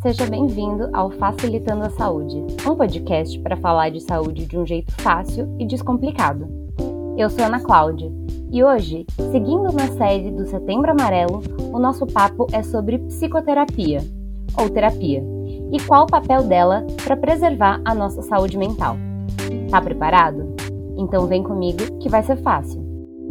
Seja bem-vindo ao Facilitando a Saúde, um podcast para falar de saúde de um jeito fácil e descomplicado. Eu sou Ana Cláudia e hoje, seguindo na série do Setembro Amarelo, o nosso papo é sobre psicoterapia, ou terapia, e qual o papel dela para preservar a nossa saúde mental. Tá preparado? Então vem comigo que vai ser fácil.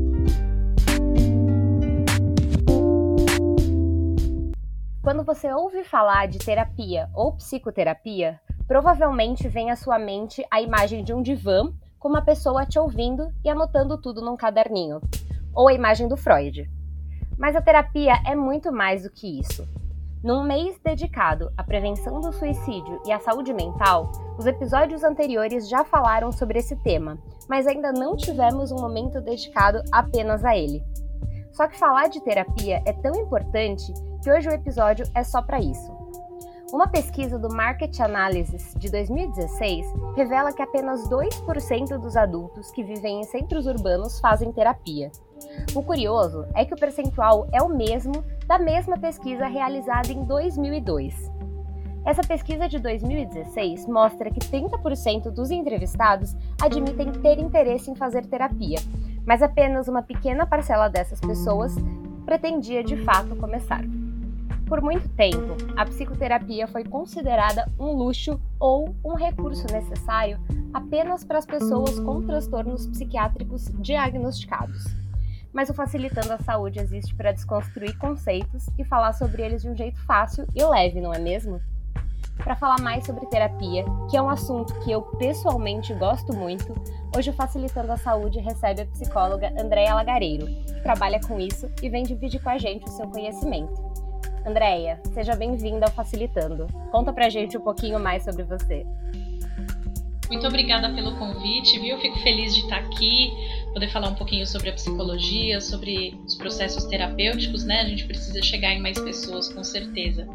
Quando você ouve falar de terapia ou psicoterapia, provavelmente vem à sua mente a imagem de um divã com uma pessoa te ouvindo e anotando tudo num caderninho, ou a imagem do Freud. Mas a terapia é muito mais do que isso. Num mês dedicado à prevenção do suicídio e à saúde mental, os episódios anteriores já falaram sobre esse tema, mas ainda não tivemos um momento dedicado apenas a ele. Só que falar de terapia é tão importante que hoje o episódio é só para isso. Uma pesquisa do Market Analysis de 2016 revela que apenas 2% dos adultos que vivem em centros urbanos fazem terapia. O curioso é que o percentual é o mesmo da mesma pesquisa realizada em 2002. Essa pesquisa de 2016 mostra que 30% dos entrevistados admitem ter interesse em fazer terapia, mas apenas uma pequena parcela dessas pessoas pretendia de fato começar. Por muito tempo, a psicoterapia foi considerada um luxo ou um recurso necessário apenas para as pessoas com transtornos psiquiátricos diagnosticados. Mas o Facilitando a Saúde existe para desconstruir conceitos e falar sobre eles de um jeito fácil e leve, não é mesmo? Para falar mais sobre terapia, que é um assunto que eu pessoalmente gosto muito, hoje o Facilitando a Saúde recebe a psicóloga Andréia Lagareiro, que trabalha com isso e vem dividir com a gente o seu conhecimento. Andréia, seja bem-vinda ao Facilitando. Conta pra gente um pouquinho mais sobre você. Muito obrigada pelo convite, viu? Fico feliz de estar aqui, poder falar um pouquinho sobre a psicologia, sobre os processos terapêuticos, né? A gente precisa chegar em mais pessoas, com certeza.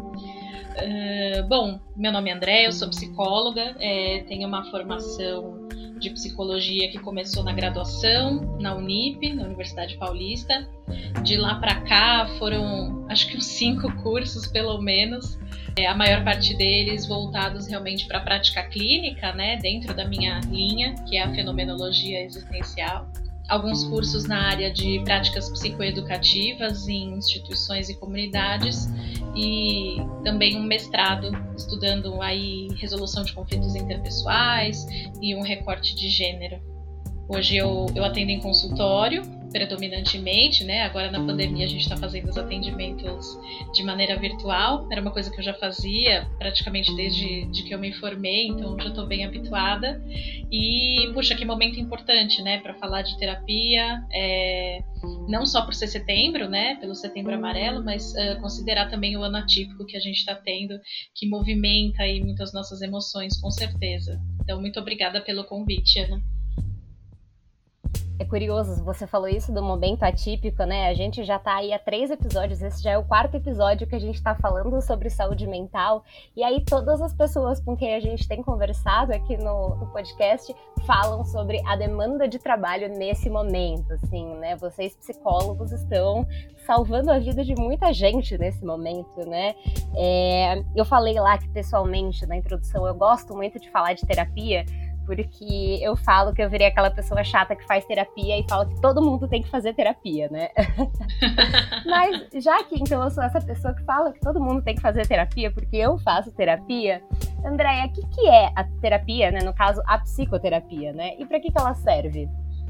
Bom, meu nome é Andréia, eu sou psicóloga, tenho uma formação de psicologia que começou na graduação, na Unip, na Universidade Paulista. De lá para cá foram, acho que uns 5 cursos pelo menos, a maior parte deles voltados realmente para a prática clínica, né, dentro da minha linha, que é a fenomenologia existencial. Alguns cursos na área de práticas psicoeducativas em instituições e comunidades e também um mestrado estudando aí resolução de conflitos interpessoais e um recorte de gênero. Hoje eu atendo em consultório, predominantemente, né? Agora na pandemia a gente está fazendo os atendimentos de maneira virtual. Era uma coisa que eu já fazia praticamente desde que eu me formei, então já estou bem habituada. E, puxa, que momento importante, né? Para falar de terapia, não só por ser setembro, né? Pelo Setembro Amarelo, mas considerar também o ano atípico que a gente está tendo, que movimenta aí muitas nossas emoções, com certeza. Então, muito obrigada pelo convite, Ana. É curioso, você falou isso do momento atípico, né? A gente já tá aí há 3 episódios, esse já é o 4º episódio que a gente tá falando sobre saúde mental, e aí todas as pessoas com quem a gente tem conversado aqui no podcast falam sobre a demanda de trabalho nesse momento, assim, né? Vocês psicólogos estão salvando a vida de muita gente nesse momento, né? Eu falei lá que pessoalmente, na introdução, eu gosto muito de falar de terapia, porque eu falo que eu virei aquela pessoa chata que faz terapia e fala que todo mundo tem que fazer terapia, né? Mas já que então eu sou essa pessoa que fala que todo mundo tem que fazer terapia porque eu faço terapia, Andréia, o que é a terapia, né? No caso, a psicoterapia, né? E para que ela serve?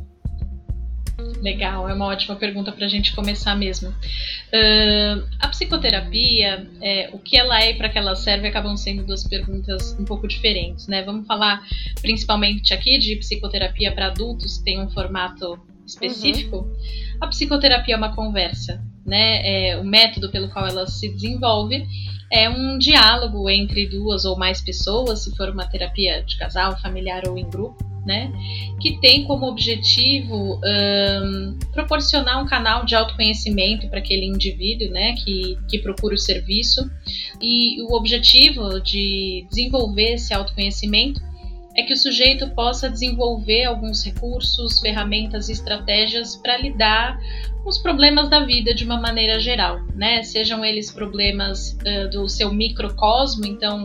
Legal, é uma ótima pergunta para a gente começar mesmo. A psicoterapia, o que ela é e para que ela serve, acabam sendo 2 perguntas um pouco diferentes, né? Vamos falar principalmente aqui de psicoterapia para adultos, que tem um formato específico. A psicoterapia é uma conversa, né? O método pelo qual ela se desenvolve é um diálogo entre 2 ou mais pessoas, se for uma terapia de casal, familiar ou em grupo, né? Que tem como objetivo proporcionar um canal de autoconhecimento para aquele indivíduo, né? Que procura o serviço. E o objetivo de desenvolver esse autoconhecimento é que o sujeito possa desenvolver alguns recursos, ferramentas e estratégias para lidar com os problemas da vida de uma maneira geral, né? Sejam eles problemas do seu microcosmo, então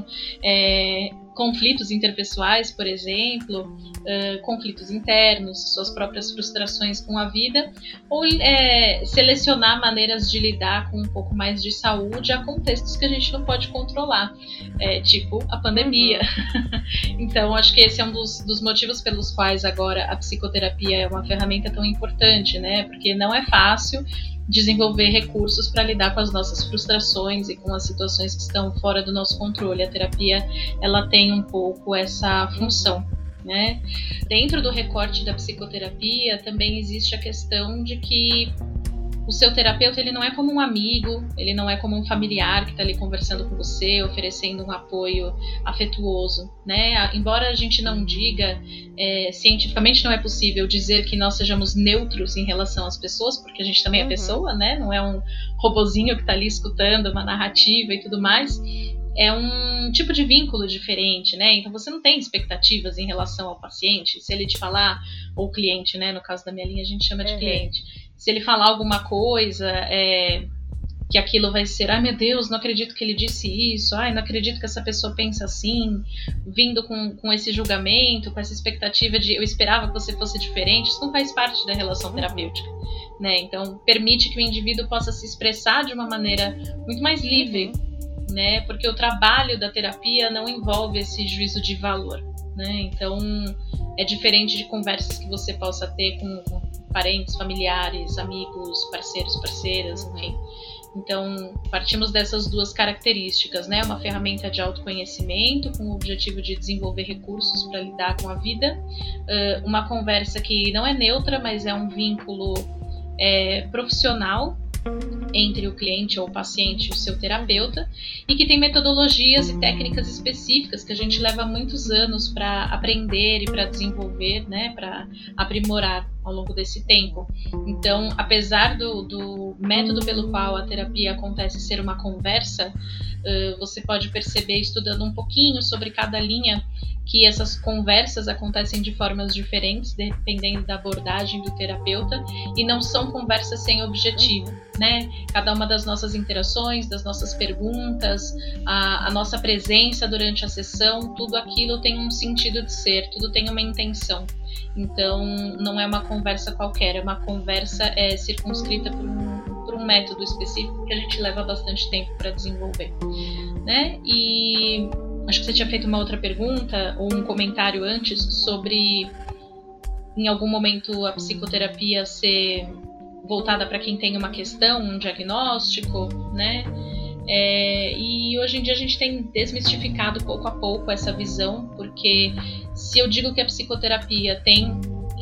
conflitos interpessoais, por exemplo, conflitos internos, suas próprias frustrações com a vida, ou selecionar maneiras de lidar com um pouco mais de saúde a contextos que a gente não pode controlar, tipo a pandemia. Então, acho que esse é um dos motivos pelos quais agora a psicoterapia é uma ferramenta tão importante, né? Porque não é fácil desenvolver recursos para lidar com as nossas frustrações e com as situações que estão fora do nosso controle. A terapia, ela tem um pouco essa função, né? Dentro do recorte da psicoterapia também existe a questão de que o seu terapeuta, ele não é como um amigo, ele não é como um familiar que está ali conversando com você, oferecendo um apoio afetuoso, né? Embora a gente não diga, cientificamente não é possível dizer que nós sejamos neutros em relação às pessoas, porque a gente também é pessoa, né? Não é um robozinho que está ali escutando uma narrativa e tudo mais. É um tipo de vínculo diferente, né? Então você não tem expectativas em relação ao paciente. Se ele te falar, ou cliente, né? No caso da minha linha a gente chama de cliente. Se ele falar alguma coisa, que aquilo vai ser, ai meu Deus, não acredito que ele disse isso, ai não acredito que essa pessoa pensa assim, vindo com esse julgamento, com essa expectativa de eu esperava que você fosse diferente, isso não faz parte da relação terapêutica, né? Então permite que o indivíduo possa se expressar de uma maneira muito mais livre, né? Porque o trabalho da terapia não envolve esse juízo de valor, né? Então é diferente de conversas que você possa ter com parentes, familiares, amigos, parceiros, parceiras, enfim. Então, partimos dessas duas características, né? Uma ferramenta de autoconhecimento com o objetivo de desenvolver recursos para lidar com a vida, uma conversa que não é neutra, mas é um vínculo profissional entre o cliente ou o paciente e o seu terapeuta, e que tem metodologias e técnicas específicas que a gente leva muitos anos para aprender e para desenvolver, né, para aprimorar ao longo desse tempo. Então, apesar do método pelo qual a terapia acontece ser uma conversa, você pode perceber, estudando um pouquinho sobre cada linha, que essas conversas acontecem de formas diferentes, dependendo da abordagem do terapeuta, e não são conversas sem objetivo, né? Cada uma das nossas interações, das nossas perguntas, a nossa presença durante a sessão, tudo aquilo tem um sentido de ser, tudo tem uma intenção. Então, não é uma conversa qualquer, é uma conversa circunscrita por um método específico que a gente leva bastante tempo para desenvolver, né? E acho que você tinha feito uma outra pergunta ou um comentário antes sobre, em algum momento, a psicoterapia ser voltada para quem tem uma questão, um diagnóstico, né? E hoje em dia a gente tem desmistificado pouco a pouco essa visão, porque se eu digo que a psicoterapia tem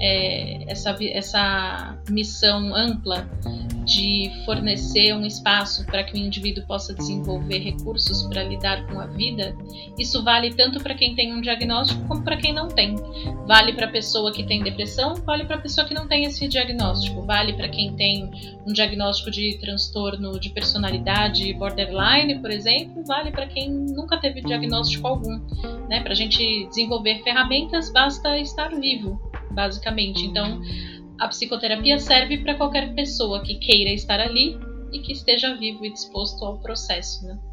essa missão ampla de fornecer um espaço para que o indivíduo possa desenvolver recursos para lidar com a vida, isso vale tanto para quem tem um diagnóstico como para quem não tem. Vale para a pessoa que tem depressão, vale para a pessoa que não tem esse diagnóstico, vale para quem tem um diagnóstico de transtorno de personalidade borderline, por exemplo, vale para quem nunca teve diagnóstico algum, né? Para a gente desenvolver ferramentas, basta estar vivo, basicamente. Então, a psicoterapia serve para qualquer pessoa que queira estar ali e que esteja vivo e disposto ao processo, né?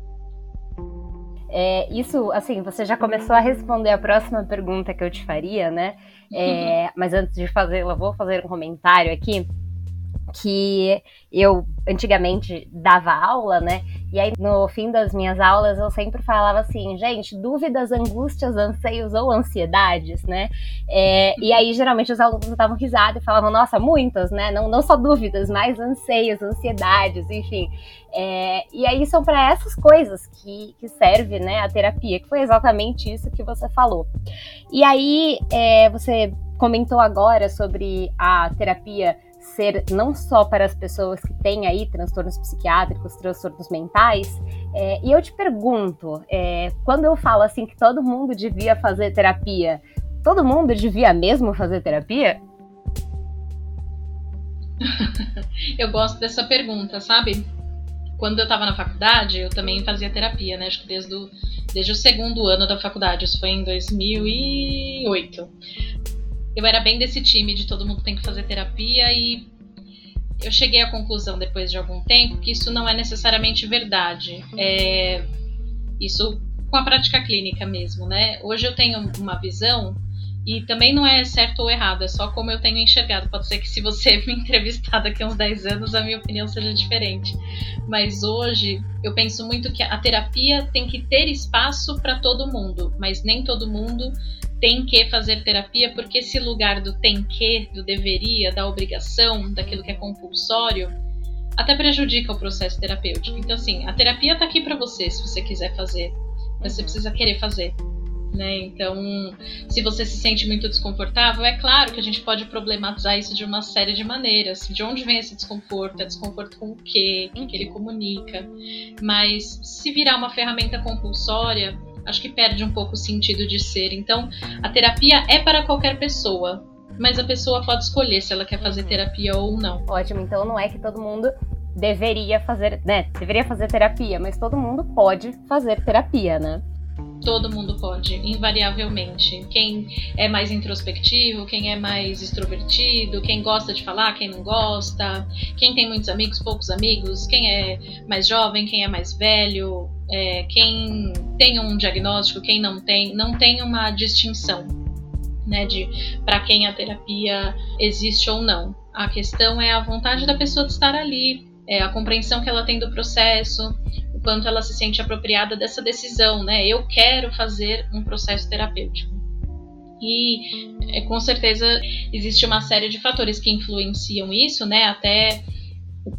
Isso, assim, você já começou a responder a próxima pergunta que eu te faria, né? Mas antes de fazê-la, vou fazer um comentário aqui, que eu antigamente dava aula, né? E aí no fim das minhas aulas eu sempre falava assim, gente, dúvidas, angústias, anseios ou ansiedades, né? E aí geralmente os alunos davam risada e falavam, nossa, muitas, né? Não só dúvidas, mas anseios, ansiedades, enfim. E aí são para essas coisas que serve, né, a terapia, que foi exatamente isso que você falou. E aí você comentou agora sobre a terapia ser não só para as pessoas que têm aí transtornos psiquiátricos, transtornos mentais, e eu te pergunto, quando eu falo assim que todo mundo devia fazer terapia, todo mundo devia mesmo fazer terapia? Eu gosto dessa pergunta, sabe? quando eu estava na faculdade, eu também fazia terapia, né? Acho que desde o segundo ano da faculdade, isso foi em 2008. Eu era bem desse time de todo mundo tem que fazer terapia e eu cheguei à conclusão, depois de algum tempo, que isso não é necessariamente verdade. Isso com a prática clínica mesmo, né? Hoje eu tenho uma visão, e também não é certo ou errado, é só como eu tenho enxergado. Pode ser que se você me entrevistar daqui a uns 10 anos, a minha opinião seja diferente. Mas hoje eu penso muito que a terapia tem que ter espaço para todo mundo, mas nem todo mundo tem que fazer terapia, porque esse lugar do tem que, do deveria, da obrigação, daquilo que é compulsório, até prejudica o processo terapêutico. Então, assim, a terapia tá aqui para você, se você quiser fazer, mas você precisa querer fazer, né? Então, se você se sente muito desconfortável, é claro que a gente pode problematizar isso de uma série de maneiras. De onde vem esse desconforto? É desconforto com o quê? O que ele comunica? Mas se virar uma ferramenta compulsória, acho que perde um pouco o sentido de ser. Então, a terapia é para qualquer pessoa, mas a pessoa pode escolher se ela quer fazer terapia ou não. Ótimo, então não é que todo mundo deveria fazer, né? Deveria fazer terapia, mas todo mundo pode fazer terapia, né? Todo mundo pode, invariavelmente. Quem é mais introspectivo, quem é mais extrovertido, quem gosta de falar, quem não gosta, quem tem muitos amigos, poucos amigos, quem é mais jovem, quem é mais velho, quem tem um diagnóstico, quem não tem uma distinção, né, de para quem a terapia existe ou não. A questão é a vontade da pessoa de estar ali, a compreensão que ela tem do processo, o quanto ela se sente apropriada dessa decisão, né? Eu quero fazer um processo terapêutico. E com certeza existe uma série de fatores que influenciam isso, né? Até o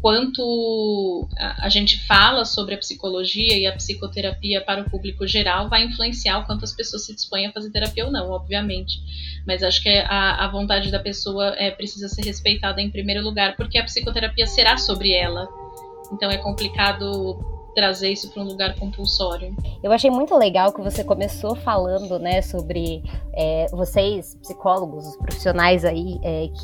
quanto a gente fala sobre a psicologia e a psicoterapia para o público geral vai influenciar o quanto as pessoas se dispõem a fazer terapia ou não, obviamente. Mas acho que a vontade da pessoa precisa ser respeitada em primeiro lugar, porque a psicoterapia será sobre ela. Então é complicado trazer isso para um lugar compulsório. Eu achei muito legal que você começou falando, né, sobre vocês, psicólogos, os profissionais aí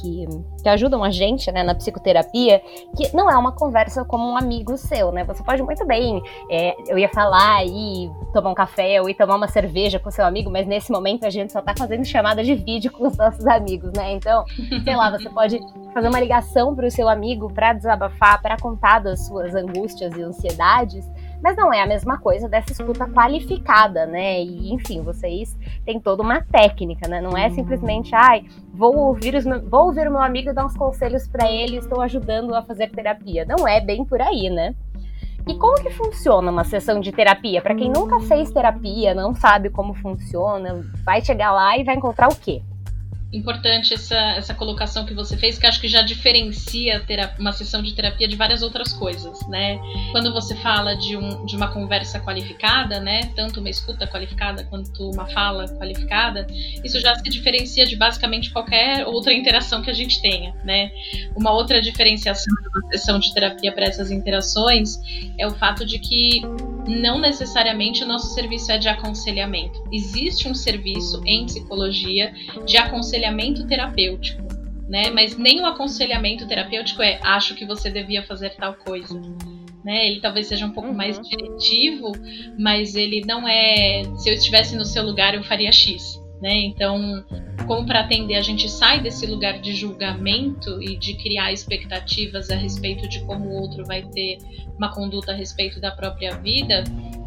que ajudam a gente, né, na psicoterapia, que não é uma conversa como um amigo seu, né? Você pode muito bem, eu ia falar aí, tomar um café ou ir tomar uma cerveja com seu amigo, mas nesse momento a gente só tá fazendo chamada de vídeo com os nossos amigos, né? Então, sei lá, você pode fazer uma ligação para o seu amigo para desabafar, para contar das suas angústias e ansiedades, mas não é a mesma coisa dessa escuta qualificada, né? E, enfim, vocês têm toda uma técnica, né? Não é simplesmente, vou ouvir o meu amigo e dar uns conselhos para ele, estou ajudando a fazer terapia. Não é bem por aí, né? E como que funciona uma sessão de terapia? Para quem nunca fez terapia, não sabe como funciona, vai chegar lá e vai encontrar o quê? Importante essa colocação que você fez, que acho que já diferencia uma sessão de terapia de várias outras coisas, né? Quando você fala de uma conversa qualificada, né? Tanto uma escuta qualificada quanto uma fala qualificada, isso já se diferencia de basicamente qualquer outra interação que a gente tenha, né? Uma outra diferenciação de uma sessão de terapia para essas interações é o fato de que não necessariamente o nosso serviço é de aconselhamento. Existe um serviço em psicologia de aconselhamento terapêutico, né? Mas nem o aconselhamento terapêutico acho que você devia fazer tal coisa, né? Ele talvez seja um pouco mais diretivo, mas ele não é, se eu estivesse no seu lugar eu faria X, né? Então, como para atender, a gente sai desse lugar de julgamento e de criar expectativas a respeito de como o outro vai ter uma conduta a respeito da própria vida.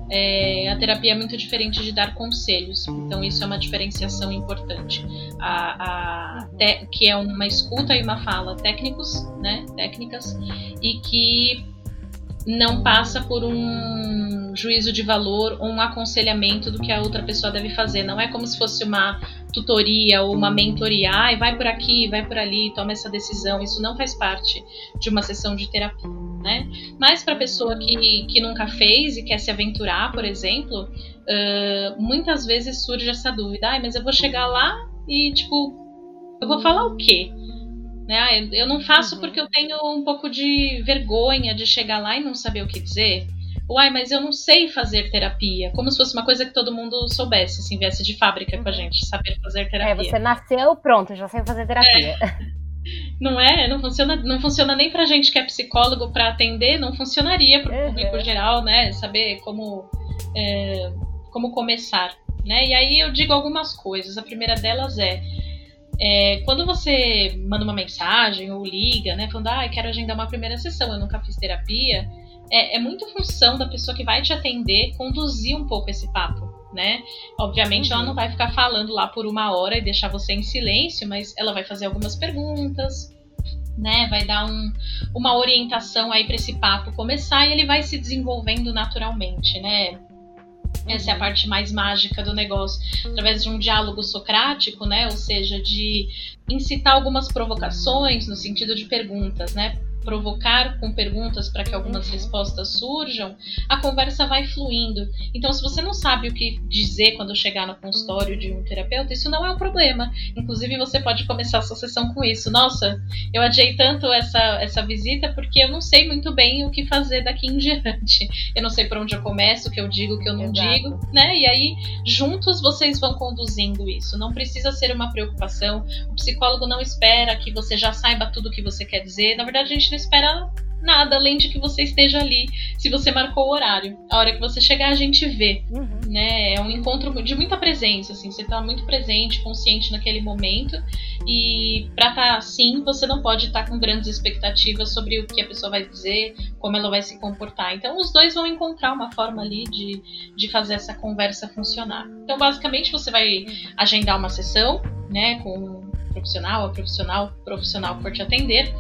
A terapia é muito diferente de dar conselhos, então isso é uma diferenciação importante, que é uma escuta e uma fala técnicas, e que não passa por um juízo de valor ou um aconselhamento do que a outra pessoa deve fazer. Não é como se fosse uma tutoria ou uma mentoria, vai por aqui, vai por ali, toma essa decisão. Isso não faz parte de uma sessão de terapia, né? Mas para a pessoa que nunca fez e quer se aventurar, por exemplo, muitas vezes surge essa dúvida, mas eu vou chegar lá e eu vou falar o quê? Né? Eu não faço porque eu tenho um pouco de vergonha de chegar lá e não saber o que dizer. Mas eu não sei fazer terapia. Como se fosse uma coisa que todo mundo soubesse, assim, viesse de fábrica com a gente, saber fazer terapia. Você nasceu, pronto, já sei fazer terapia. Não é? Não funciona nem pra gente que é psicólogo para atender, não funcionaria para o público geral, né? Saber como começar, né? E aí eu digo algumas coisas. A primeira delas quando você manda uma mensagem ou liga, né? Falando, quero agendar uma primeira sessão, eu nunca fiz terapia. É muito função da pessoa que vai te atender conduzir um pouco esse papo, né? Obviamente ela não vai ficar falando lá por 1 hora e deixar você em silêncio, mas ela vai fazer algumas perguntas, né? Vai dar uma orientação aí para esse papo começar e ele vai se desenvolvendo naturalmente, né? Essa é a parte mais mágica do negócio, através de um diálogo socrático, né? Ou seja, de incitar algumas provocações no sentido de perguntas, né? Provocar com perguntas para que algumas respostas surjam, a conversa vai fluindo. Então, se você não sabe o que dizer quando chegar no consultório de um terapeuta, isso não é um problema. Inclusive, você pode começar a sua sessão com isso. Nossa, eu adiei tanto essa visita porque eu não sei muito bem o que fazer daqui em diante. Eu não sei por onde eu começo, o que eu digo, o que eu não digo, né? E aí, juntos, vocês vão conduzindo isso. Não precisa ser uma preocupação. O psicólogo não espera que você já saiba tudo o que você quer dizer. Na verdade, a gente não espera nada além de que você esteja ali, se você marcou o horário. A hora que você chegar, a gente vê, né? É um encontro de muita presença, assim, você tá muito presente, consciente naquele momento, e pra estar assim, você não pode estar com grandes expectativas sobre o que a pessoa vai dizer, como ela vai se comportar. Então, os dois vão encontrar uma forma ali de fazer essa conversa funcionar. Então, basicamente, você vai agendar uma sessão, né, com um profissional, profissional que for te atender,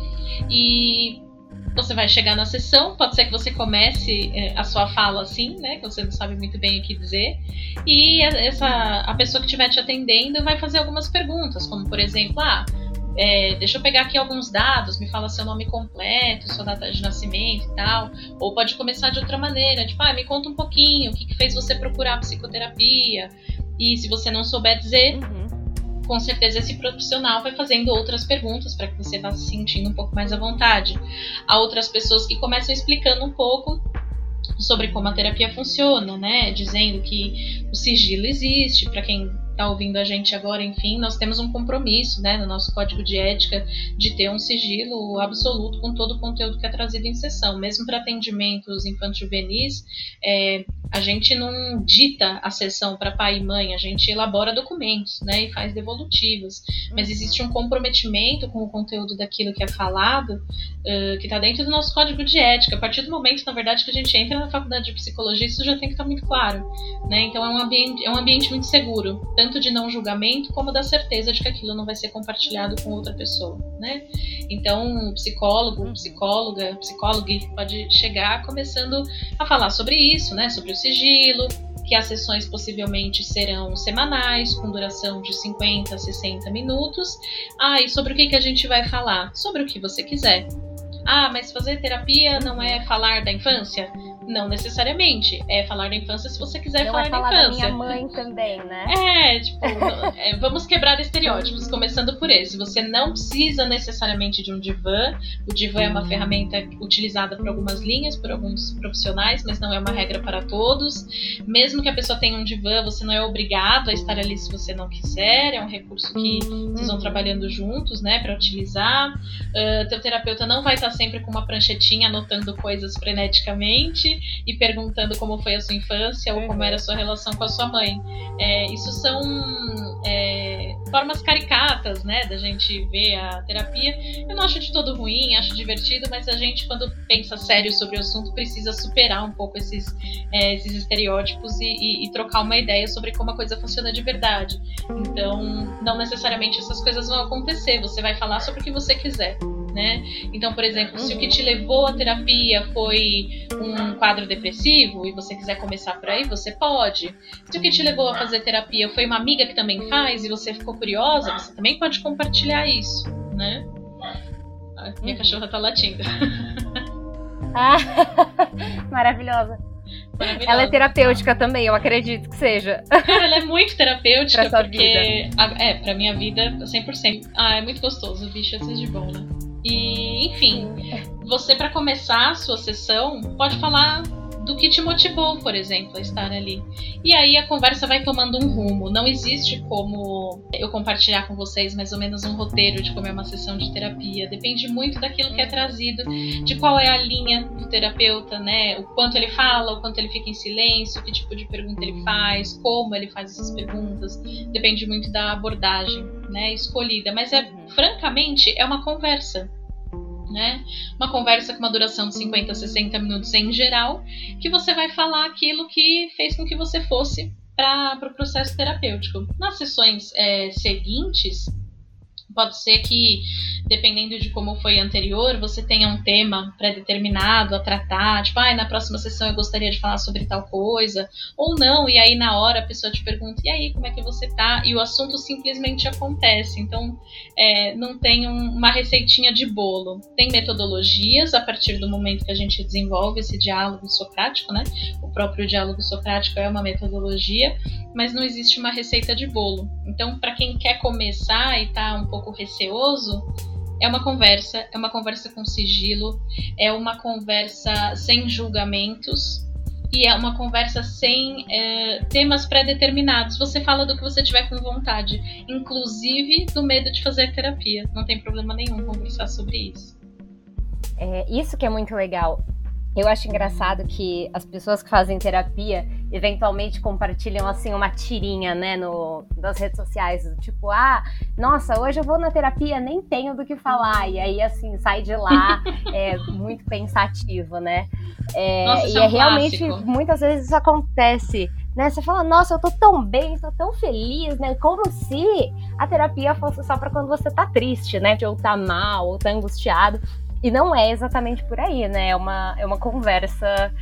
e você vai chegar na sessão, pode ser que você comece a sua fala assim, né, que você não sabe muito bem o que dizer, e a pessoa que estiver te atendendo vai fazer algumas perguntas, como por exemplo, deixa eu pegar aqui alguns dados, me fala seu nome completo, sua data de nascimento e tal, ou pode começar de outra maneira, tipo, me conta um pouquinho, o que fez você procurar psicoterapia, e se você não souber dizer, com certeza esse profissional vai fazendo outras perguntas para que você vá se sentindo um pouco mais à vontade. Há outras pessoas que começam explicando um pouco sobre como a terapia funciona, né? Dizendo que o sigilo existe, para quem está ouvindo a gente agora, enfim, nós temos um compromisso, né, no nosso código de ética, de ter um sigilo absoluto com todo o conteúdo que é trazido em sessão. Mesmo para atendimentos infanto-juvenis, a gente não dita a sessão para pai e mãe, a gente elabora documentos, né, e faz devolutivas. Mas existe um comprometimento com o conteúdo daquilo que é falado, que está dentro do nosso código de ética. A partir do momento, na verdade, que a gente entra na faculdade de psicologia, isso já tem que estar muito claro, né? Então é um ambiente muito seguro, tanto de não julgamento como da certeza de que aquilo não vai ser compartilhado com outra pessoa, né? Então o psicólogo, psicóloga pode chegar começando a falar sobre isso, né? Sobre o sigilo, que as sessões possivelmente serão semanais, com duração de 50 a 60 minutos. E sobre o que a gente vai falar? Sobre o que você quiser. Mas fazer terapia não é falar da infância? Não necessariamente. É falar da infância se você quiser falar da infância. Da minha mãe também, né? Vamos quebrar estereótipos, começando por esse. Você não precisa necessariamente de um divã. O divã é uma ferramenta utilizada por algumas linhas, por alguns profissionais, mas não é uma regra para todos. Mesmo que a pessoa tenha um divã, você não é obrigado a estar ali se você não quiser. É um recurso que vocês vão trabalhando juntos, né, para utilizar. Teu terapeuta não vai estar sempre com uma pranchetinha anotando coisas freneticamente e perguntando como foi a sua infância ou como era a sua relação com a sua mãe. Isso são formas caricatas, né, da gente ver a terapia. Eu não acho de todo ruim, acho divertido, mas a gente, quando pensa sério sobre o assunto, precisa superar um pouco esses estereótipos e trocar uma ideia sobre como a coisa funciona de verdade. Então, não necessariamente essas coisas vão acontecer, você vai falar sobre o que você quiser, né? Então, por exemplo, se o que te levou à terapia foi um quadro depressivo e você quiser começar por aí, você pode. Se o que te levou a fazer terapia foi uma amiga que também faz e você ficou curiosa, você também pode compartilhar isso, né? Minha cachorra tá latindo. Maravilhosa. Ela é terapêutica também, eu acredito que seja. Ela é muito terapêutica, pra porque pra minha vida, 100%. É muito gostoso, o bicho é tudo de bom, né? E, enfim, você, para começar a sua sessão, pode falar do que te motivou, por exemplo, a estar ali. E aí a conversa vai tomando um rumo. Não existe como eu compartilhar com vocês mais ou menos um roteiro de como é uma sessão de terapia. Depende muito daquilo que é trazido, de qual é a linha do terapeuta, né? O quanto ele fala, o quanto ele fica em silêncio, que tipo de pergunta ele faz, como ele faz essas perguntas. Depende muito da abordagem, né, escolhida. Mas francamente, é uma conversa. Né? Uma conversa com uma duração de 50 a 60 minutos em geral, que você vai falar aquilo que fez com que você fosse para o processo terapêutico. Nas sessões seguintes, pode ser que, dependendo de como foi anterior, você tenha um tema pré-determinado a tratar, tipo, na próxima sessão eu gostaria de falar sobre tal coisa, ou não, e aí na hora a pessoa te pergunta, e aí, como é que você tá? E o assunto simplesmente acontece. Então, não tem uma receitinha de bolo. Tem metodologias a partir do momento que a gente desenvolve esse diálogo socrático, né? O próprio diálogo socrático é uma metodologia, mas não existe uma receita de bolo. Então, para quem quer começar e tá um pouco receoso, é uma conversa com sigilo, é uma conversa sem julgamentos e é uma conversa sem temas pré-determinados. Você fala do que você tiver com vontade, inclusive do medo de fazer terapia. Não tem problema nenhum conversar sobre isso. Isso que é muito legal. Eu acho engraçado que as pessoas que fazem terapia eventualmente compartilham assim uma tirinha, né, nas redes sociais, tipo, nossa, hoje eu vou na terapia, nem tenho do que falar, e aí assim, sai de lá muito pensativo, né? Nossa, e realmente, muitas vezes isso acontece, né? Você fala, nossa, eu tô tão bem, tô tão feliz, né? Como se a terapia fosse só pra quando você tá triste, né? Ou tá mal, ou tá angustiado. E não é exatamente por aí, né? É uma conversa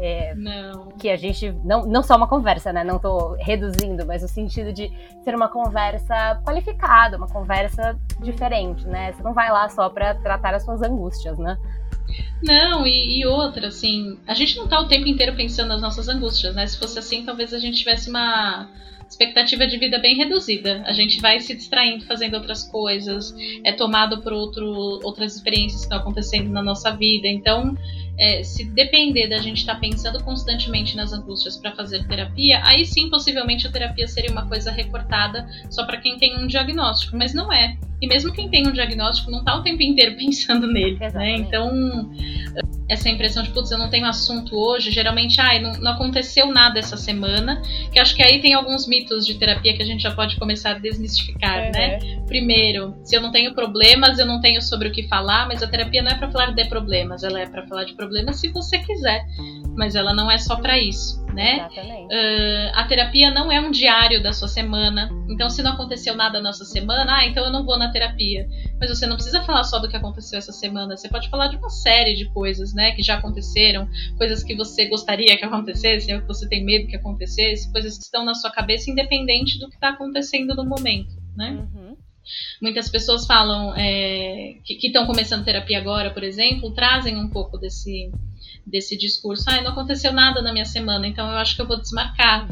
que a gente... Não só uma conversa, né? Não tô reduzindo, mas no sentido de ser uma conversa qualificada, uma conversa diferente, né? Você não vai lá só pra tratar as suas angústias, né? Não, e outra, assim, a gente não tá o tempo inteiro pensando nas nossas angústias, né? Se fosse assim, talvez a gente tivesse uma expectativa de vida bem reduzida. A gente vai se distraindo, fazendo outras coisas, é tomado por outras experiências que estão acontecendo na nossa vida. Então, se depender da gente estar pensando constantemente nas angústias para fazer terapia, aí sim, possivelmente a terapia seria uma coisa recortada só para quem tem um diagnóstico, mas não é. E mesmo quem tem um diagnóstico não está o tempo inteiro pensando nele, né? Então, essa impressão de, putz, eu não tenho assunto hoje, geralmente, não aconteceu nada essa semana, que acho que aí tem alguns mitos de terapia que a gente já pode começar a desmistificar, né? Primeiro, se eu não tenho problemas, eu não tenho sobre o que falar, mas a terapia não é para falar de problemas, ela é para falar de problemas se você quiser, mas ela não é só para isso, né? A terapia não é um diário da sua semana, então se não aconteceu nada nessa semana, então eu não vou na terapia. Mas você não precisa falar só do que aconteceu essa semana, você pode falar de uma série de coisas, né, que já aconteceram, coisas que você gostaria que acontecessem, ou que você tem medo que acontecesse, coisas que estão na sua cabeça independente do que está acontecendo no momento, né? Muitas pessoas falam que estão começando terapia agora, por exemplo, trazem um pouco desse discurso, não aconteceu nada na minha semana, então eu acho que eu vou desmarcar.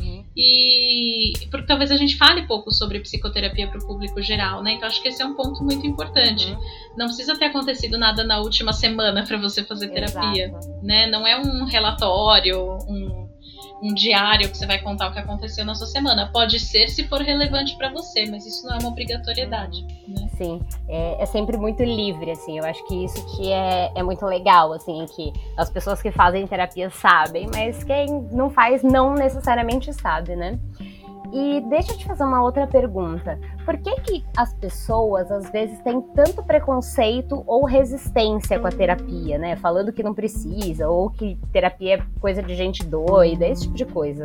E porque talvez a gente fale pouco sobre psicoterapia para o público geral, né? Então acho que esse é um ponto muito importante. Não precisa ter acontecido nada na última semana para você fazer terapia, né? Não é um relatório, um diário que você vai contar o que aconteceu na sua semana. Pode ser se for relevante para você, mas isso não é uma obrigatoriedade, né? Sim, é sempre muito livre, assim. Eu acho que isso que é muito legal, assim, que as pessoas que fazem terapia sabem, mas quem não faz não necessariamente sabe, né? E deixa eu te fazer uma outra pergunta. Por que as pessoas, às vezes, têm tanto preconceito ou resistência com a terapia, né? Falando que não precisa, ou que terapia é coisa de gente doida, esse tipo de coisa.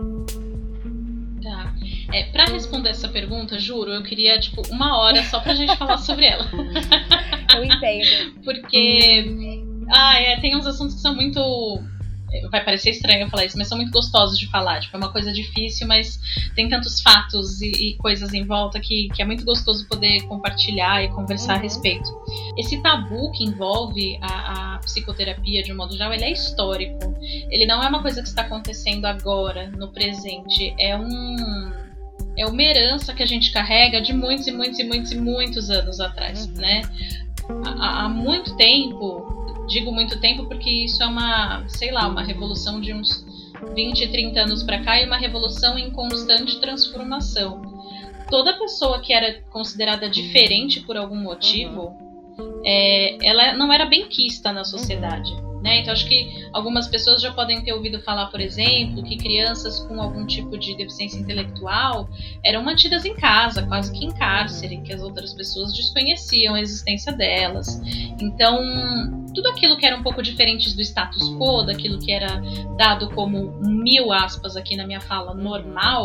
Tá. Pra responder essa pergunta, juro, eu queria, uma hora só pra gente falar sobre ela. Eu entendo. Porque, tem uns assuntos que são muito... Vai parecer estranho eu falar isso, mas são muito gostosos de falar. É uma coisa difícil, mas tem tantos fatos e coisas em volta que é muito gostoso poder compartilhar e conversar a respeito. Esse tabu que envolve a psicoterapia, de um modo geral, ele é histórico. Ele não é uma coisa que está acontecendo agora, no presente. É uma herança que a gente carrega de muitos e muitos e muitos e muitos anos atrás, né? Há muito tempo Digo muito tempo porque isso é uma revolução de uns 20, 30 anos para cá, e uma revolução em constante transformação. Toda pessoa que era considerada diferente por algum motivo, ela não era benquista na sociedade. Né? Então acho que algumas pessoas já podem ter ouvido falar, por exemplo, que crianças com algum tipo de deficiência intelectual eram mantidas em casa, quase que em cárcere, que as outras pessoas desconheciam a existência delas. Então tudo aquilo que era um pouco diferente do status quo, daquilo que era dado como, 1000 aspas aqui na minha fala, normal,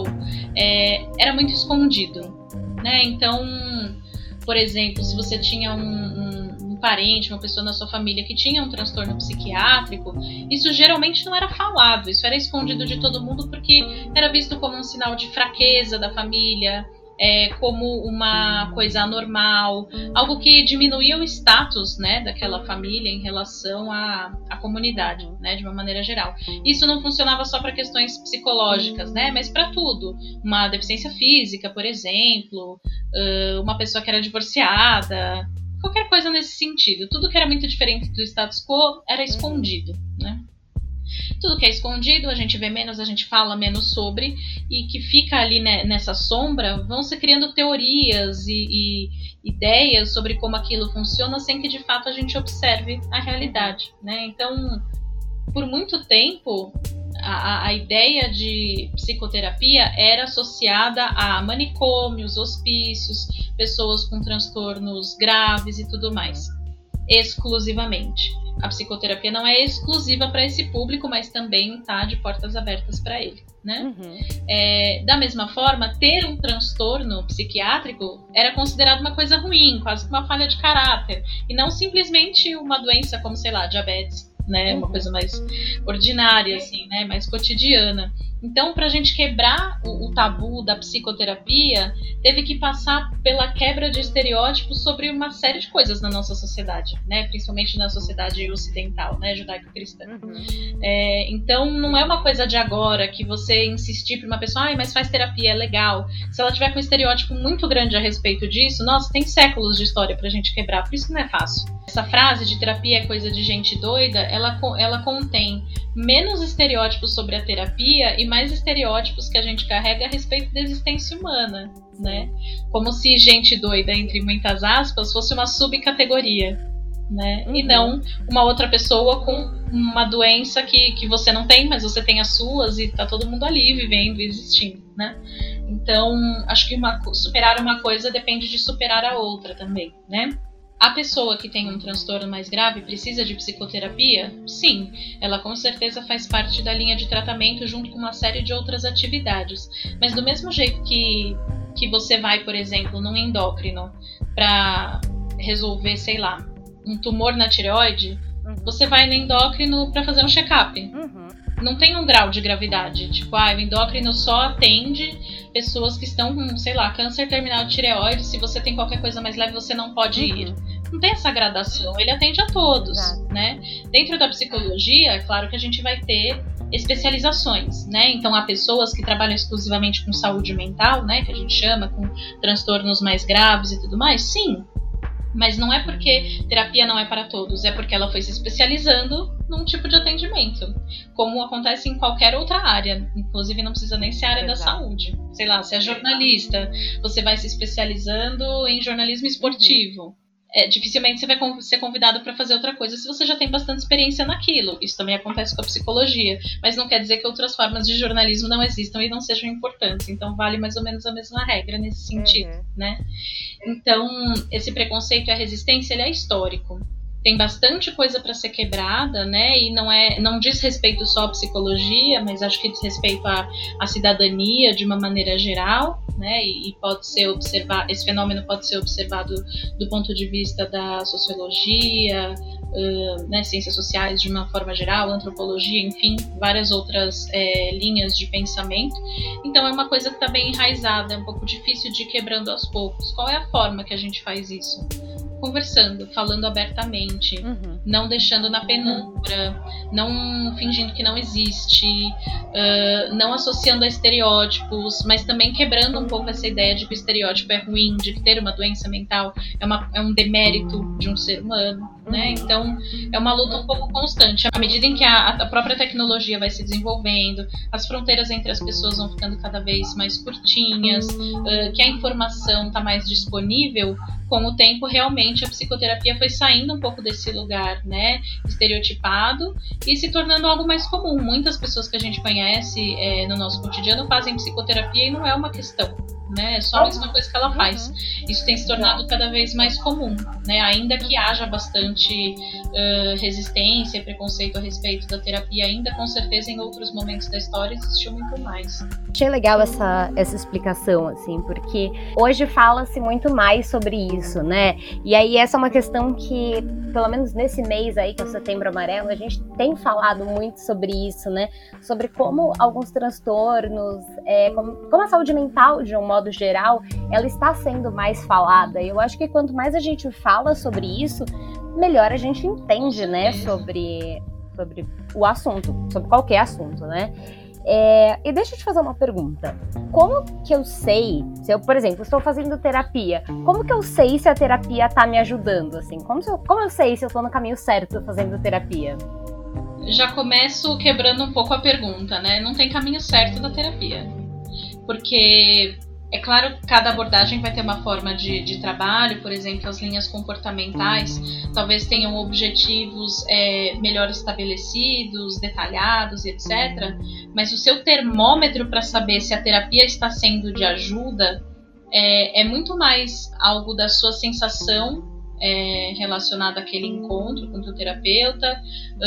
era muito escondido. Né? Então, por exemplo, se você tinha um parente, uma pessoa na sua família que tinha um transtorno psiquiátrico, isso geralmente não era falado, isso era escondido de todo mundo porque era visto como um sinal de fraqueza da família, como uma coisa anormal, algo que diminuía o status, né, daquela família em relação à comunidade, né, de uma maneira geral. Isso não funcionava só para questões psicológicas, né, mas para tudo. Uma deficiência física, por exemplo, uma pessoa que era divorciada, qualquer coisa nesse sentido. Tudo que era muito diferente do status quo era escondido, né? Tudo que é escondido, a gente vê menos, a gente fala menos sobre, e que fica ali, né, nessa sombra, vão se criando teorias e ideias sobre como aquilo funciona, sem que de fato a gente observe a realidade, né? Então, por muito tempo, a ideia de psicoterapia era associada a manicômios, hospícios, pessoas com transtornos graves e tudo mais, exclusivamente. A psicoterapia não é exclusiva para esse público, mas também está de portas abertas para ele, né? Da mesma forma, ter um transtorno psiquiátrico era considerado uma coisa ruim, quase que uma falha de caráter, e não simplesmente uma doença como, sei lá, diabetes, né? Uma coisa mais ordinária, assim, né? Mais cotidiana. Então, para a gente quebrar o tabu da psicoterapia, teve que passar pela quebra de estereótipos sobre uma série de coisas na nossa sociedade, né? Principalmente na sociedade ocidental, né? Judaico-cristã. Então, não é uma coisa de agora que você insistir para uma pessoa, mas faz terapia, é legal. Se ela tiver com um estereótipo muito grande a respeito disso, nossa, tem séculos de história para a gente quebrar, por isso que não é fácil. Essa frase de terapia é coisa de gente doida, ela contém menos estereótipos sobre a terapia e mais estereótipos que a gente carrega a respeito da existência humana, né? Como se gente doida, entre muitas aspas, fosse uma subcategoria, né? E não uma outra pessoa com uma doença que você não tem, mas você tem as suas e tá todo mundo ali vivendo e existindo, né? Então, acho que superar uma coisa depende de superar a outra também, né? A pessoa que tem um transtorno mais grave precisa de psicoterapia? Sim, ela com certeza faz parte da linha de tratamento junto com uma série de outras atividades. Mas do mesmo jeito que você vai, por exemplo, num endócrino para resolver, sei lá, um tumor na tireoide, você vai no endócrino para fazer um check-up. Não tem um grau de gravidade. Tipo, o endócrino só atende pessoas que estão com, sei lá, câncer terminal de tireoide. Se você tem qualquer coisa mais leve, você não pode ir. Não tem essa gradação. Ele atende a todos, né? Dentro da psicologia, é claro que a gente vai ter especializações, né? Então, há pessoas que trabalham exclusivamente com saúde mental, né? Que a gente chama, com transtornos mais graves e tudo mais. Sim. Mas não é porque terapia não é para todos, é porque ela foi se especializando num tipo de atendimento, como acontece em qualquer outra área, inclusive não precisa nem ser área da saúde. Sei lá, se é jornalista, você vai se especializando em jornalismo esportivo. Dificilmente você vai ser convidado para fazer outra coisa se você já tem bastante experiência naquilo. Isso também acontece com a psicologia, mas não quer dizer que outras formas de jornalismo não existam e não sejam importantes. Então vale mais ou menos a mesma regra nesse sentido, né? Então, esse preconceito e a resistência, ele é histórico. Tem bastante coisa para ser quebrada, né? E não diz respeito só à psicologia, mas acho que diz respeito à cidadania de uma maneira geral, né? E pode ser observado, esse fenômeno pode ser observado do ponto de vista da sociologia, né, ciências sociais de uma forma geral, antropologia, enfim, várias outras linhas de pensamento. Então é uma coisa que está bem enraizada, é um pouco difícil de ir quebrando aos poucos. Qual é a forma que a gente faz isso? Conversando, falando abertamente, não deixando na penumbra, não fingindo que não existe, não associando a estereótipos, mas também quebrando um pouco essa ideia de que o estereótipo é ruim, de que ter uma doença mental é um demérito de um ser humano, né? Então, Então, é uma luta um pouco constante. À medida em que a própria tecnologia vai se desenvolvendo, as fronteiras entre as pessoas vão ficando cada vez mais curtinhas, que a informação está mais disponível, com o tempo, realmente, a psicoterapia foi saindo um pouco desse lugar, né, estereotipado e se tornando algo mais comum. Muitas pessoas que a gente conhece no nosso cotidiano fazem psicoterapia e não é uma questão, né, é só a mesma coisa que ela faz. Isso tem se tornado cada vez mais comum, né, ainda que haja bastante resistência e preconceito a respeito da terapia, ainda com certeza em outros momentos da história existiu muito mais. Achei legal essa explicação, assim, porque hoje fala-se muito mais sobre isso, né? E aí essa é uma questão que, pelo menos nesse mês aí, que é o Setembro Amarelo, a gente tem falado muito sobre isso, né? Sobre como alguns transtornos, como a saúde mental, de um modo geral, ela está sendo mais falada. E eu acho que quanto mais a gente fala sobre isso, melhor a gente entende, né? Sobre o assunto, sobre qualquer assunto, né? E deixa eu te fazer uma pergunta. Como que eu sei, se eu, por exemplo, estou fazendo terapia, como que eu sei se a terapia está me ajudando? Assim? Como eu sei se eu estou no caminho certo fazendo terapia? Já começo quebrando um pouco a pergunta, né? Não tem caminho certo da terapia. Porque, é claro que cada abordagem vai ter uma forma de trabalho. Por exemplo, as linhas comportamentais talvez tenham objetivos melhor estabelecidos, detalhados, etc. Mas o seu termômetro para saber se a terapia está sendo de ajuda é muito mais algo da sua sensação relacionada àquele encontro com o teu terapeuta,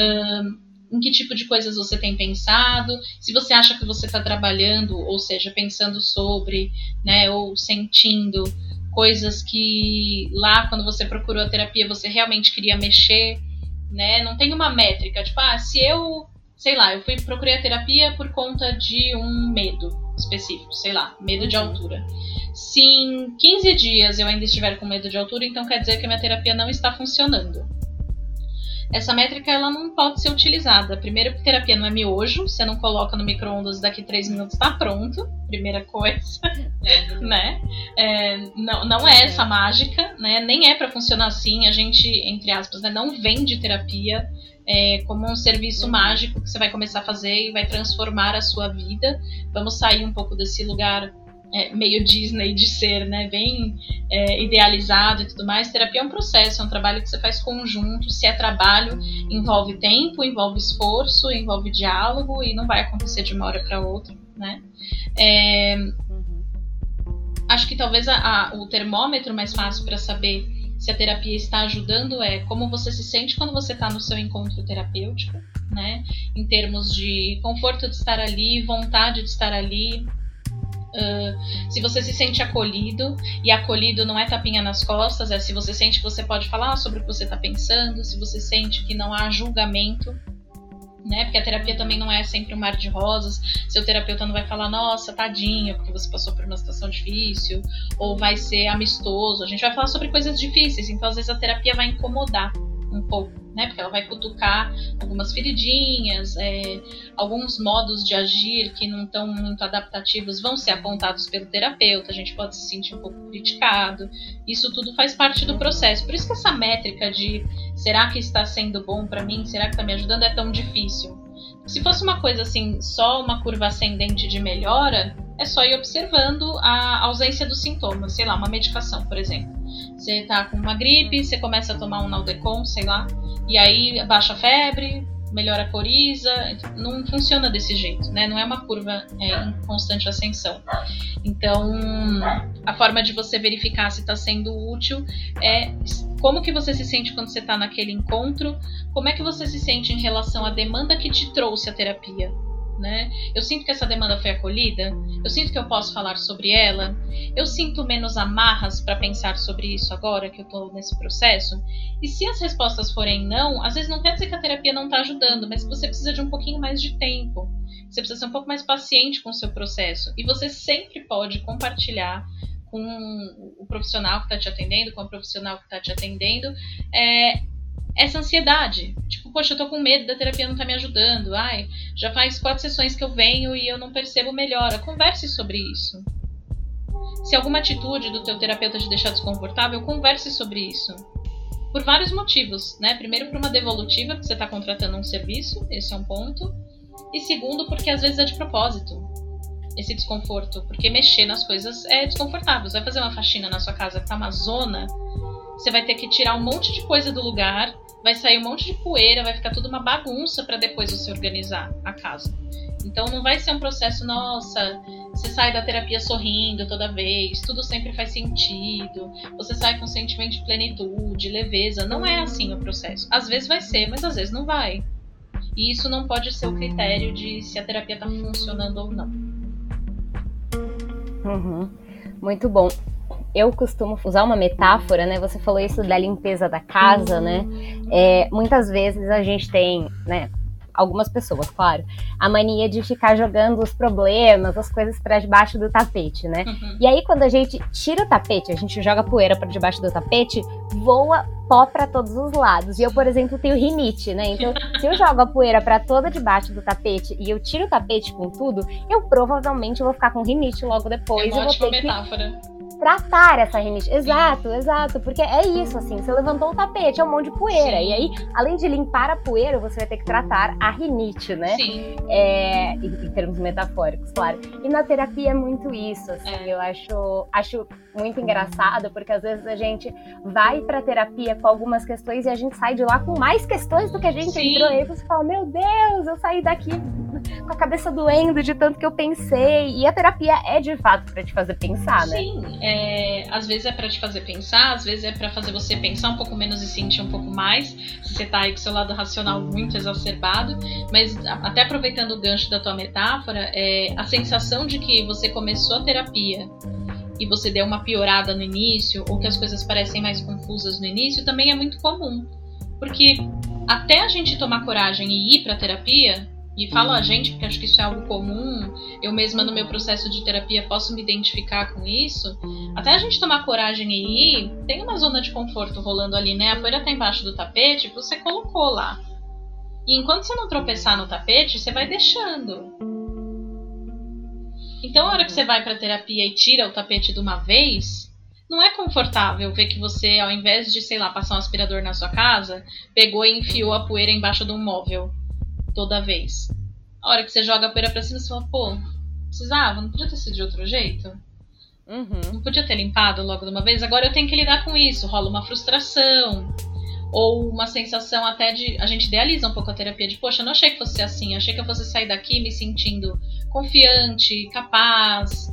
em que tipo de coisas você tem pensado, se você acha que você está trabalhando, ou seja, pensando sobre, né, ou sentindo coisas que lá, quando você procurou a terapia, você realmente queria mexer, né? Não tem uma métrica, tipo, se eu, sei lá, eu procurei a terapia por conta de um medo específico, sei lá, medo de altura. Se em 15 dias eu ainda estiver com medo de altura, então quer dizer que a minha terapia não está funcionando. Essa métrica ela não pode ser utilizada. Primeiro, porque terapia não é miojo, você não coloca no micro-ondas daqui 3 minutos está pronto, primeira coisa, né? Não é essa mágica, né? Nem é para funcionar assim. A gente, entre aspas, né, não vende terapia como um serviço mágico que você vai começar a fazer e vai transformar a sua vida. Vamos sair um pouco desse lugar meio Disney de ser, né, bem idealizado e tudo mais. Terapia é um processo, é um trabalho que você faz conjunto. Se é trabalho, envolve tempo, envolve esforço, envolve diálogo e não vai acontecer de uma hora para outra, né? Acho que talvez o termômetro mais fácil para saber se a terapia está ajudando é como você se sente quando você está no seu encontro terapêutico, né? Em termos de conforto de estar ali, vontade de estar ali. Se você se sente acolhido, e acolhido não é tapinha nas costas, se você sente que você pode falar sobre o que você está pensando, se você sente que não há julgamento, né? Porque a terapia também não é sempre um mar de rosas. Seu terapeuta não vai falar, nossa, tadinha, porque você passou por uma situação difícil, ou vai ser amistoso. A gente vai falar sobre coisas difíceis, então às vezes a terapia vai incomodar um pouco, né? Porque ela vai cutucar algumas feridinhas, alguns modos de agir que não estão muito adaptativos vão ser apontados pelo terapeuta, a gente pode se sentir um pouco criticado. Isso tudo faz parte do processo. Por isso que essa métrica de será que está sendo bom para mim, será que está me ajudando, é tão difícil. Se fosse uma coisa assim, só uma curva ascendente de melhora, é só ir observando a ausência dos sintomas, sei lá, uma medicação, por exemplo. Você tá com uma gripe, você começa a tomar um Naldecon, sei lá, e aí baixa a febre, melhora a coriza. Não funciona desse jeito, né? Não é uma curva em constante ascensão. Então, a forma de você verificar se está sendo útil é como que você se sente quando você está naquele encontro, como é que você se sente em relação à demanda que te trouxe a terapia, né? Eu sinto que essa demanda foi acolhida, eu sinto que eu posso falar sobre ela, eu sinto menos amarras para pensar sobre isso agora que eu estou nesse processo. E se as respostas forem não, às vezes não quer dizer que a terapia não está ajudando, mas que você precisa de um pouquinho mais de tempo, você precisa ser um pouco mais paciente com o seu processo, e você sempre pode compartilhar com o profissional que está te atendendo, com a profissional que está te atendendo, essa ansiedade, tipo, poxa, eu tô com medo da terapia não tá me ajudando, já faz 4 sessões que eu venho e eu não percebo melhora. Converse sobre isso. Se alguma atitude do teu terapeuta te deixar desconfortável, converse sobre isso. por vários motivos, né? Primeiro, por uma devolutiva, que você está contratando um serviço, esse é um ponto. E segundo, porque às vezes é de propósito, esse desconforto. Porque mexer nas coisas é desconfortável. Você vai fazer uma faxina na sua casa que tá uma zona, você vai ter que tirar um monte de coisa do lugar, vai sair um monte de poeira, vai ficar tudo uma bagunça para depois você organizar a casa. Então não vai ser um processo, nossa, você sai da terapia sorrindo toda vez, tudo sempre faz sentido, você sai com um sentimento de plenitude, leveza. Não é assim o processo. Às vezes vai ser, mas às vezes não vai. E isso não pode ser o critério de se a terapia está funcionando ou não. Muito bom. Eu costumo usar uma metáfora, né? Você falou isso da limpeza da casa, né? Muitas vezes a gente tem, né? Algumas pessoas, claro, a mania de ficar jogando os problemas, as coisas para debaixo do tapete, né? E aí, quando a gente tira o tapete, a gente joga poeira para debaixo do tapete, voa pó para todos os lados. E eu, por exemplo, tenho rinite, né? Então, se eu jogo a poeira para toda debaixo do tapete e eu tiro o tapete com tudo, eu provavelmente vou ficar com rinite logo depois. É uma ótima metáfora. Tratar essa rinite. Exato, porque é isso, assim, você levantou o tapete, é um monte de poeira, e aí, além de limpar a poeira, você vai ter que tratar a rinite, né? Sim. Em termos metafóricos, claro. E na terapia é muito isso, assim, eu acho muito engraçado, porque às vezes a gente vai pra terapia com algumas questões e a gente sai de lá com mais questões do que a gente entrou, e aí você fala, meu Deus, eu saí daqui com a cabeça doendo de tanto que eu pensei, e a terapia é de fato pra te fazer pensar, né? Sim, às vezes é pra te fazer pensar, às vezes é pra fazer você pensar um pouco menos e sentir um pouco mais, se você tá aí com o seu lado racional muito exacerbado, mas até aproveitando o gancho da tua metáfora, a sensação de que você começou a terapia e você deu uma piorada no início, ou que as coisas parecem mais confusas no início, também é muito comum, porque até a gente tomar coragem e ir pra terapia, e falo a gente porque acho que isso é algo comum, eu mesma no meu processo de terapia posso me identificar com isso, até a gente tomar coragem e ir, tem uma zona de conforto rolando ali, né? A poeira tá embaixo do tapete, você colocou lá. E enquanto você não tropeçar no tapete, você vai deixando. Então a hora que você vai pra terapia e tira o tapete de uma vez, não é confortável ver que você, ao invés de, sei lá, passar um aspirador na sua casa, pegou e enfiou a poeira embaixo de um móvel toda vez. A hora que você joga a poeira pra cima, você fala, pô, precisava, não podia ter sido de outro jeito? Não podia ter limpado logo de uma vez? Agora eu tenho que lidar com isso. Rola uma frustração, ou uma sensação até de... A gente idealiza um pouco a terapia de, poxa, eu não achei que fosse assim, eu achei que eu fosse sair daqui me sentindo confiante, capaz,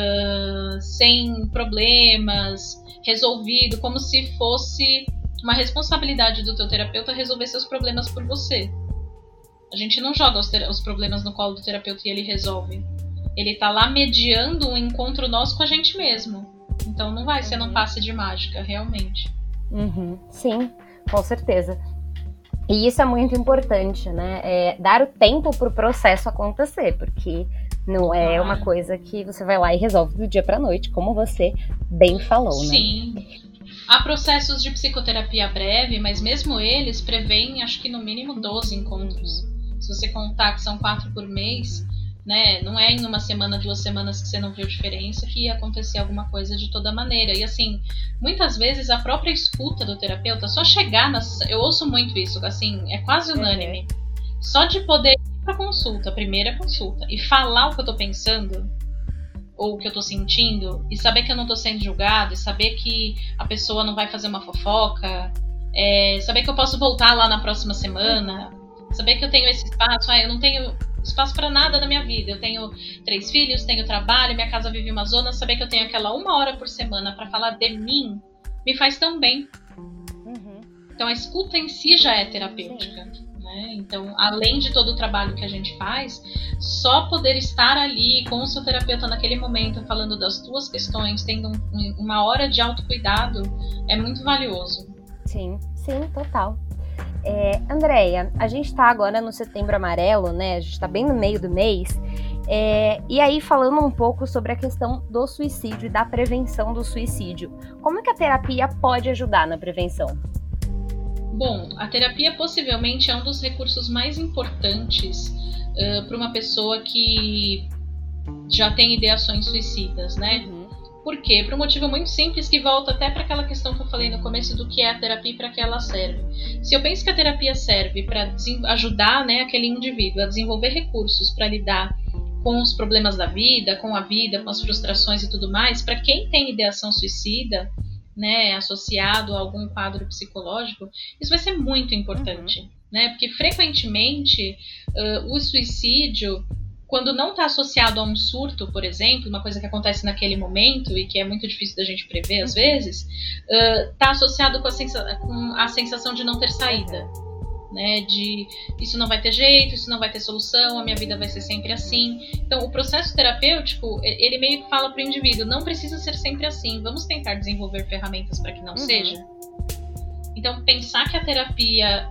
sem problemas, resolvido, como se fosse uma responsabilidade do teu terapeuta resolver seus problemas por você. A gente não joga os problemas no colo do terapeuta e ele resolve. Ele tá lá mediando um encontro nosso com a gente mesmo. Então não vai ser num passe de mágica, realmente. Sim, com certeza. E isso é muito importante, né? Dar o tempo pro processo acontecer, porque não é uma coisa que você vai lá e resolve do dia pra noite, como você bem falou, né? Sim. Há processos de psicoterapia breve, mas mesmo eles prevêem, acho que no mínimo 12 encontros. Se você contar que são 4 por mês, né, não é em uma semana, 2 semanas que você não viu diferença que ia acontecer alguma coisa de toda maneira. E assim, muitas vezes a própria escuta do terapeuta, só chegar eu ouço muito isso, assim, é quase unânime. Só de poder ir pra consulta, primeira consulta, e falar o que eu tô pensando, ou o que eu tô sentindo, e saber que eu não tô sendo julgado, e saber que a pessoa não vai fazer uma fofoca, saber que eu posso voltar lá na próxima semana, saber que eu tenho esse espaço, eu não tenho espaço para nada na minha vida, eu tenho 3 filhos, tenho trabalho, minha casa vive uma zona, saber que eu tenho aquela 1 hora por semana para falar de mim, me faz tão bem. Então a escuta em si já é terapêutica, né? Então, além de todo o trabalho que a gente faz, só poder estar ali com o seu terapeuta naquele momento, falando das tuas questões, tendo uma hora de autocuidado, é muito valioso. Sim, total. Andréia, a gente tá agora no Setembro Amarelo, né? A gente tá bem no meio do mês. E aí, falando um pouco sobre a questão do suicídio e da prevenção do suicídio. Como é que a terapia pode ajudar na prevenção? Bom, a terapia possivelmente é um dos recursos mais importantes para uma pessoa que já tem ideações suicidas, né? Por quê? Por um motivo muito simples que volta até para aquela questão que eu falei no começo do que é a terapia e para que ela serve. Se eu penso que a terapia serve para ajudar, né, aquele indivíduo a desenvolver recursos para lidar com os problemas da vida, com as frustrações e tudo mais, para quem tem ideação suicida, né, associado a algum quadro psicológico, isso vai ser muito importante, né? Porque frequentemente o suicídio, quando não está associado a um surto, por exemplo, uma coisa que acontece naquele momento e que é muito difícil da gente prever às vezes, está associado com a sensação de não ter saída, né? De isso não vai ter jeito, isso não vai ter solução, a minha vida vai ser sempre assim. Então, o processo terapêutico, ele meio que fala para o indivíduo, não precisa ser sempre assim, vamos tentar desenvolver ferramentas para que não seja. Então, pensar que a terapia,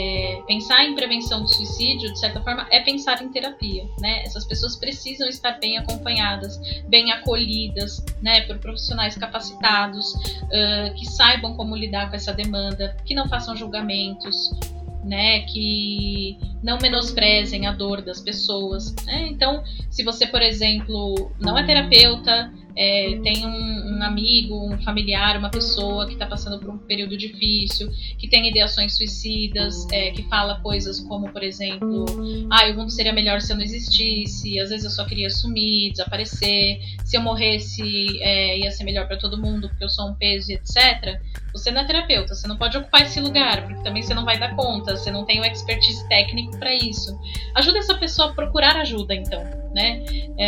pensar em prevenção do suicídio, de certa forma, é pensar em terapia, né? Essas pessoas precisam estar bem acompanhadas, bem acolhidas, né, por profissionais capacitados, que saibam como lidar com essa demanda, que não façam julgamentos, né, que não menosprezem a dor das pessoas, né? Então, se você, por exemplo, não é terapeuta, tem um amigo, um familiar, uma pessoa que está passando por um período difícil, que tem ideações suicidas, que fala coisas como, por exemplo, o mundo seria melhor se eu não existisse, às vezes eu só queria sumir, desaparecer, se eu morresse ia ser melhor para todo mundo porque eu sou um peso, etc. Você não é terapeuta, você não pode ocupar esse lugar, porque também você não vai dar conta, você não tem o expertise técnico para isso. Ajuda essa pessoa a procurar ajuda, então, né?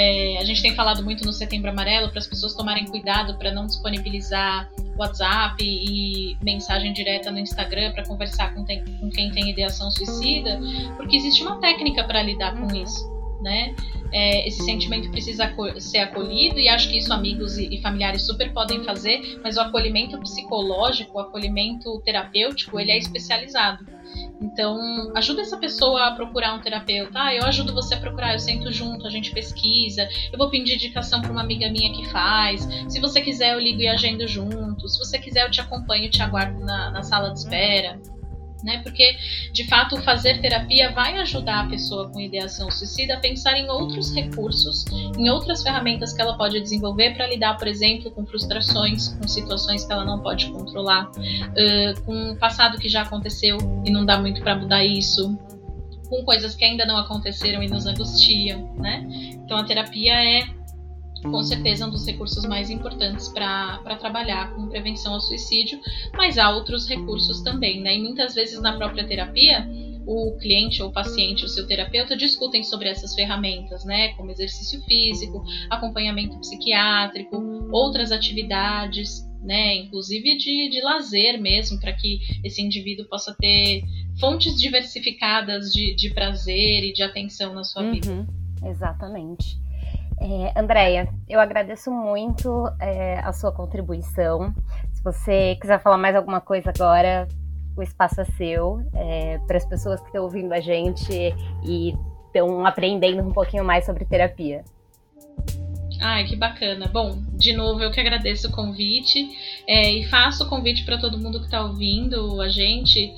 A gente tem falado muito no Setembro Amarelo para as pessoas tomarem cuidado para não disponibilizar WhatsApp e mensagem direta no Instagram para conversar com quem tem ideação suicida, porque existe uma técnica para lidar com isso, né? Esse sentimento precisa ser acolhido, e acho que isso amigos e familiares super podem fazer, mas o acolhimento psicológico, o acolhimento terapêutico, ele é especializado. Então, ajuda essa pessoa a procurar um terapeuta. Eu ajudo você a procurar, eu sento junto, a gente pesquisa, eu vou pedir indicação para uma amiga minha que faz. Se você quiser, eu ligo e agendo junto. Se você quiser, eu te acompanho e te aguardo na sala de espera. Né? Porque, de fato, fazer terapia vai ajudar a pessoa com ideação suicida a pensar em outros recursos, em outras ferramentas que ela pode desenvolver para lidar, por exemplo, com frustrações, com situações que ela não pode controlar, com o passado que já aconteceu e não dá muito para mudar isso, com coisas que ainda não aconteceram e nos angustiam, né? Então, a terapia é, com certeza, um dos recursos mais importantes para trabalhar com prevenção ao suicídio, mas há outros recursos também, né? E muitas vezes na própria terapia, o cliente ou o paciente, o seu terapeuta, discutem sobre essas ferramentas, né? Como exercício físico, acompanhamento psiquiátrico, outras atividades, né? Inclusive de lazer mesmo, para que esse indivíduo possa ter fontes diversificadas de prazer e de atenção na sua vida. Exatamente. Andréia, eu agradeço muito a sua contribuição. Se você quiser falar mais alguma coisa agora, o espaço é seu. Para as pessoas que estão ouvindo a gente e estão aprendendo um pouquinho mais sobre terapia. Ai, que bacana. Bom, de novo, eu que agradeço o convite e faço o convite para todo mundo que está ouvindo a gente.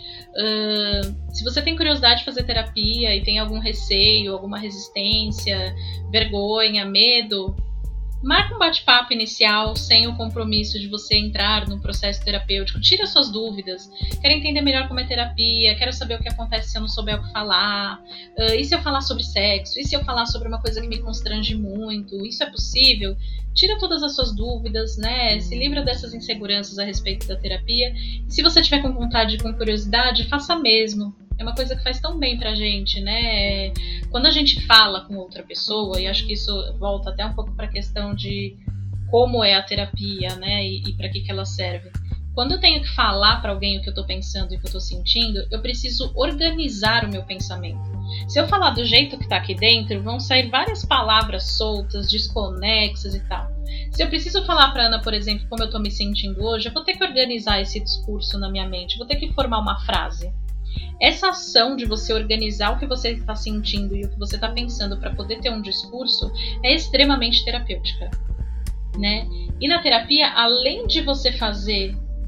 Se você tem curiosidade de fazer terapia e tem algum receio, alguma resistência, vergonha, medo, marca um bate-papo inicial sem o compromisso de você entrar no processo terapêutico. Tira suas dúvidas. Quero entender melhor como é terapia, quero saber o que acontece se eu não souber o que falar. E se eu falar sobre sexo? E se eu falar sobre uma coisa que me constrange muito? Isso é possível? Tira todas as suas dúvidas, né? Se livra dessas inseguranças a respeito da terapia. E se você tiver com vontade e com curiosidade, faça mesmo. É uma coisa que faz tão bem pra gente, né? Quando a gente fala com outra pessoa, e acho que isso volta até um pouco pra questão de como é a terapia, né? E pra que ela serve. Quando eu tenho que falar pra alguém o que eu tô pensando e o que eu tô sentindo, eu preciso organizar o meu pensamento. Se eu falar do jeito que tá aqui dentro, vão sair várias palavras soltas, desconexas e tal. Se eu preciso falar pra Ana, por exemplo, como eu tô me sentindo hoje, eu vou ter que organizar esse discurso na minha mente, vou ter que formar uma frase. Essa ação de você organizar o que você está sentindo e o que você está pensando para poder ter um discurso é extremamente terapêutica, né? E na terapia, além de você fazer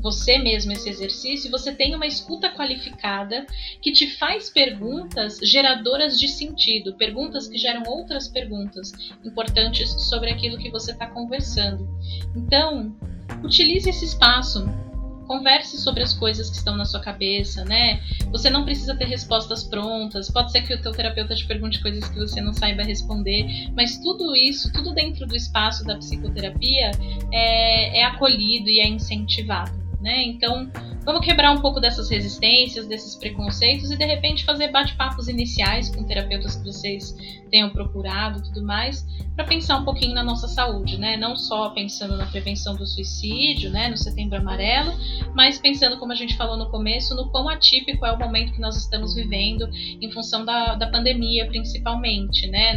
você mesmo esse exercício, você tem uma escuta qualificada que te faz perguntas geradoras de sentido, perguntas que geram outras perguntas importantes sobre aquilo que você está conversando. Então, utilize esse espaço. Converse sobre as coisas que estão na sua cabeça, né? Você não precisa ter respostas prontas. Pode ser que o teu terapeuta te pergunte coisas que você não saiba responder, mas tudo isso, tudo dentro do espaço da psicoterapia é acolhido e é incentivado, né? Então, vamos quebrar um pouco dessas resistências, desses preconceitos e de repente fazer bate-papos iniciais com terapeutas que vocês tenham procurado e tudo mais, para pensar um pouquinho na nossa saúde, né? Não só pensando na prevenção do suicídio, né, no Setembro Amarelo, mas pensando, como a gente falou no começo, no quão atípico é o momento que nós estamos vivendo em função da pandemia, principalmente, né?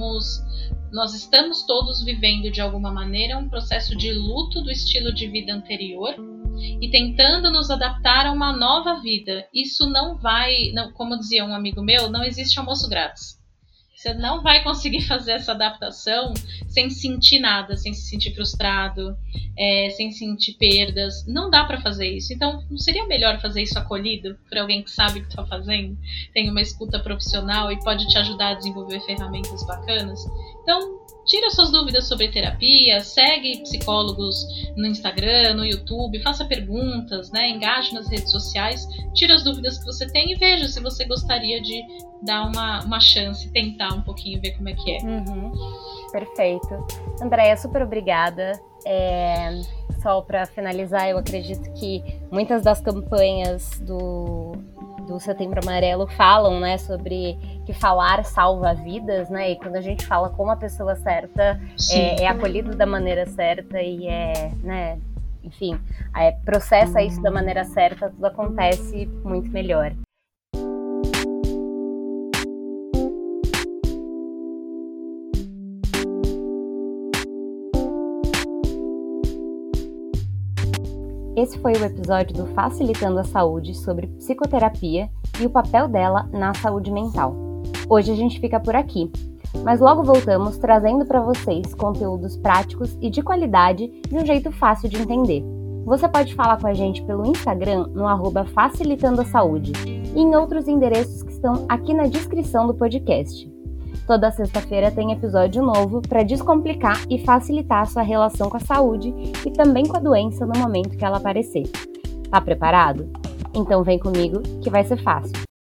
Nós estamos todos vivendo de alguma maneira um processo de luto do estilo de vida anterior e tentando nos adaptar a uma nova vida. Isso não, como dizia um amigo meu, não existe almoço grátis. Você não vai conseguir fazer essa adaptação sem sentir nada, sem se sentir frustrado, sem sentir perdas. Não dá para fazer isso. Então, não seria melhor fazer isso acolhido por alguém que sabe o que está fazendo, tem uma escuta profissional e pode te ajudar a desenvolver ferramentas bacanas? Então, tira suas dúvidas sobre terapia, segue psicólogos no Instagram, no YouTube, faça perguntas, né? Engaje nas redes sociais, tira as dúvidas que você tem e veja se você gostaria de dar uma chance, tentar um pouquinho, ver como é que é. Perfeito. Andréia, super obrigada. Só para finalizar, eu acredito que muitas das campanhas do Setembro Amarelo falam, né, sobre que falar salva vidas, né, e quando a gente fala com a pessoa certa, é acolhido da maneira certa e né, enfim, processa isso da maneira certa, tudo acontece muito melhor. Esse foi o episódio do Facilitando a Saúde sobre psicoterapia e o papel dela na saúde mental. Hoje a gente fica por aqui, mas logo voltamos trazendo para vocês conteúdos práticos e de qualidade de um jeito fácil de entender. Você pode falar com a gente pelo Instagram no @facilitandoasaúde e em outros endereços que estão aqui na descrição do podcast. Toda sexta-feira tem episódio novo para descomplicar e facilitar a sua relação com a saúde e também com a doença no momento que ela aparecer. Tá preparado? Então vem comigo que vai ser fácil.